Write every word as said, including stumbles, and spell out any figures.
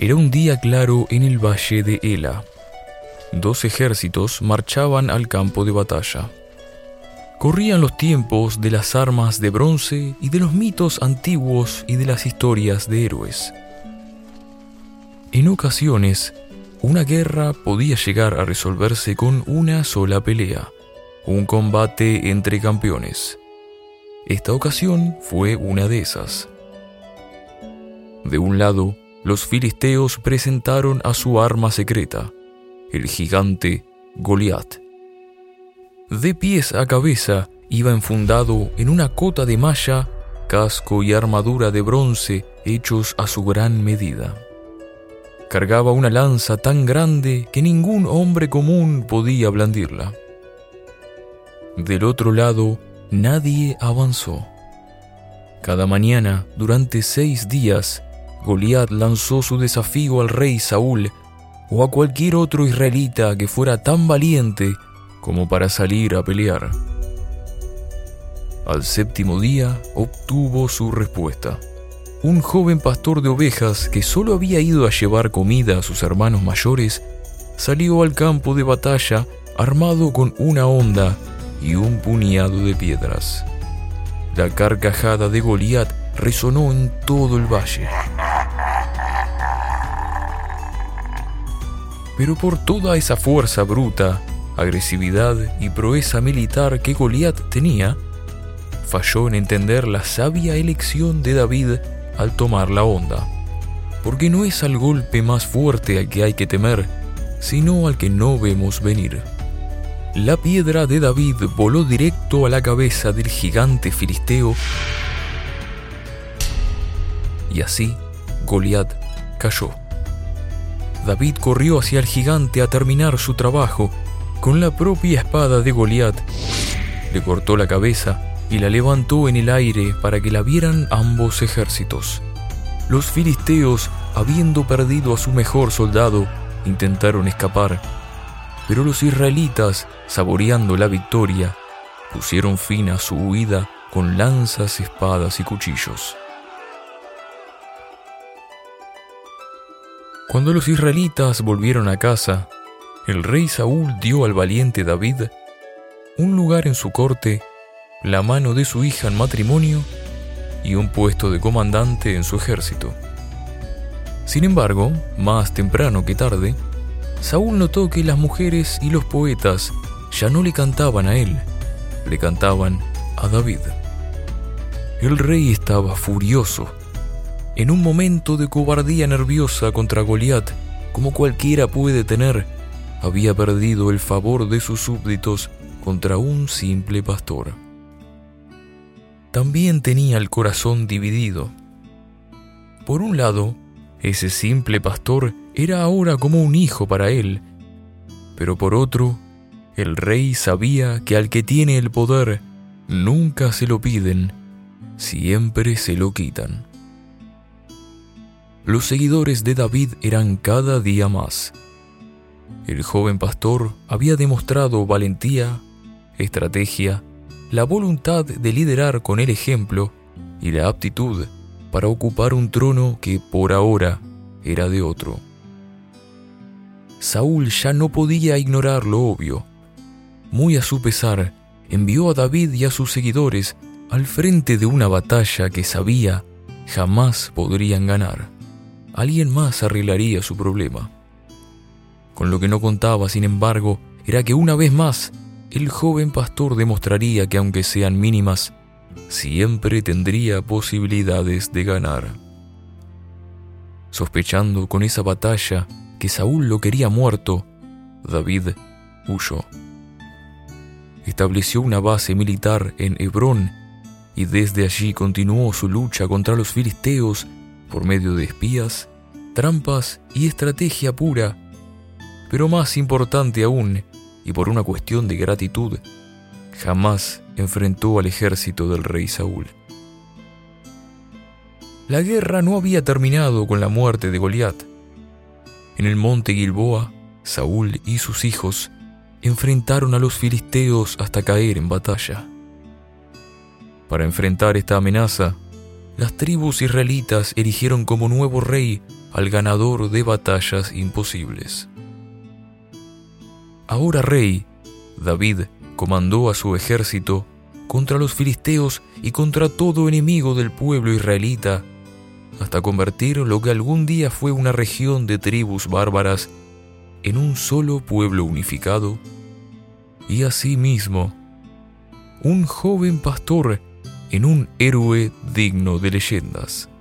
Era un día claro en el valle de Ela. Dos ejércitos marchaban al campo de batalla. Corrían los tiempos de las armas de bronce y de los mitos antiguos y de las historias de héroes. En ocasiones, una guerra podía llegar a resolverse con una sola pelea, un combate entre campeones. Esta ocasión fue una de esas. De un lado, los filisteos presentaron a su arma secreta, el gigante Goliat. De pies a cabeza iba enfundado en una cota de malla, casco y armadura de bronce hechos a su gran medida. Cargaba una lanza tan grande que ningún hombre común podía blandirla. Del otro lado, nadie avanzó. Cada mañana, durante seis días, Goliat lanzó su desafío al rey Saúl o a cualquier otro israelita que fuera tan valiente como para salir a pelear. Al séptimo día obtuvo su respuesta. Un joven pastor de ovejas que solo había ido a llevar comida a sus hermanos mayores, salió al campo de batalla armado con una honda y un puñado de piedras. La carcajada de Goliat resonó en todo el valle. Pero por toda esa fuerza bruta, agresividad y proeza militar que Goliat tenía, falló en entender la sabia elección de David al tomar la honda, porque no es al golpe más fuerte al que hay que temer, sino al que no vemos venir. La piedra de David voló directo a la cabeza del gigante filisteo, y así Goliat cayó. David corrió hacia el gigante a terminar su trabajo. Con la propia espada de Goliat, le cortó la cabeza y la levantó en el aire para que la vieran ambos ejércitos. Los filisteos, habiendo perdido a su mejor soldado, intentaron escapar, pero los israelitas, saboreando la victoria, pusieron fin a su huida con lanzas, espadas y cuchillos. Cuando los israelitas volvieron a casa, el rey Saúl dio al valiente David un lugar en su corte, la mano de su hija en matrimonio y un puesto de comandante en su ejército. Sin embargo, más temprano que tarde, Saúl notó que las mujeres y los poetas ya no le cantaban a él, le cantaban a David. El rey estaba furioso. En un momento de cobardía nerviosa contra Goliat, como cualquiera puede tener, había perdido el favor de sus súbditos contra un simple pastor. También tenía el corazón dividido. Por un lado, ese simple pastor era ahora como un hijo para él, pero por otro, el rey sabía que al que tiene el poder nunca se lo piden, siempre se lo quitan. Los seguidores de David eran cada día más. El joven pastor había demostrado valentía, estrategia, la voluntad de liderar con el ejemplo y la aptitud para ocupar un trono que por ahora era de otro. Saúl ya no podía ignorar lo obvio. Muy a su pesar, envió a David y a sus seguidores al frente de una batalla que sabía jamás podrían ganar. Alguien más arreglaría su problema. Con lo que no contaba, sin embargo, era que una vez más el joven pastor demostraría que, aunque sean mínimas, siempre tendría posibilidades de ganar. Sospechando con esa batalla que Saúl lo quería muerto, David huyó. Estableció una base militar en Hebrón y desde allí continuó su lucha contra los filisteos por medio de espías, trampas y estrategia pura. Pero más importante aún, y por una cuestión de gratitud, jamás enfrentó al ejército del rey Saúl. La guerra no había terminado con la muerte de Goliat. En el monte Gilboa, Saúl y sus hijos enfrentaron a los filisteos hasta caer en batalla. Para enfrentar esta amenaza, las tribus israelitas eligieron como nuevo rey al ganador de batallas imposibles. Ahora rey, David comandó a su ejército contra los filisteos y contra todo enemigo del pueblo israelita, hasta convertir lo que algún día fue una región de tribus bárbaras en un solo pueblo unificado, y asimismo, un joven pastor en un héroe digno de leyendas.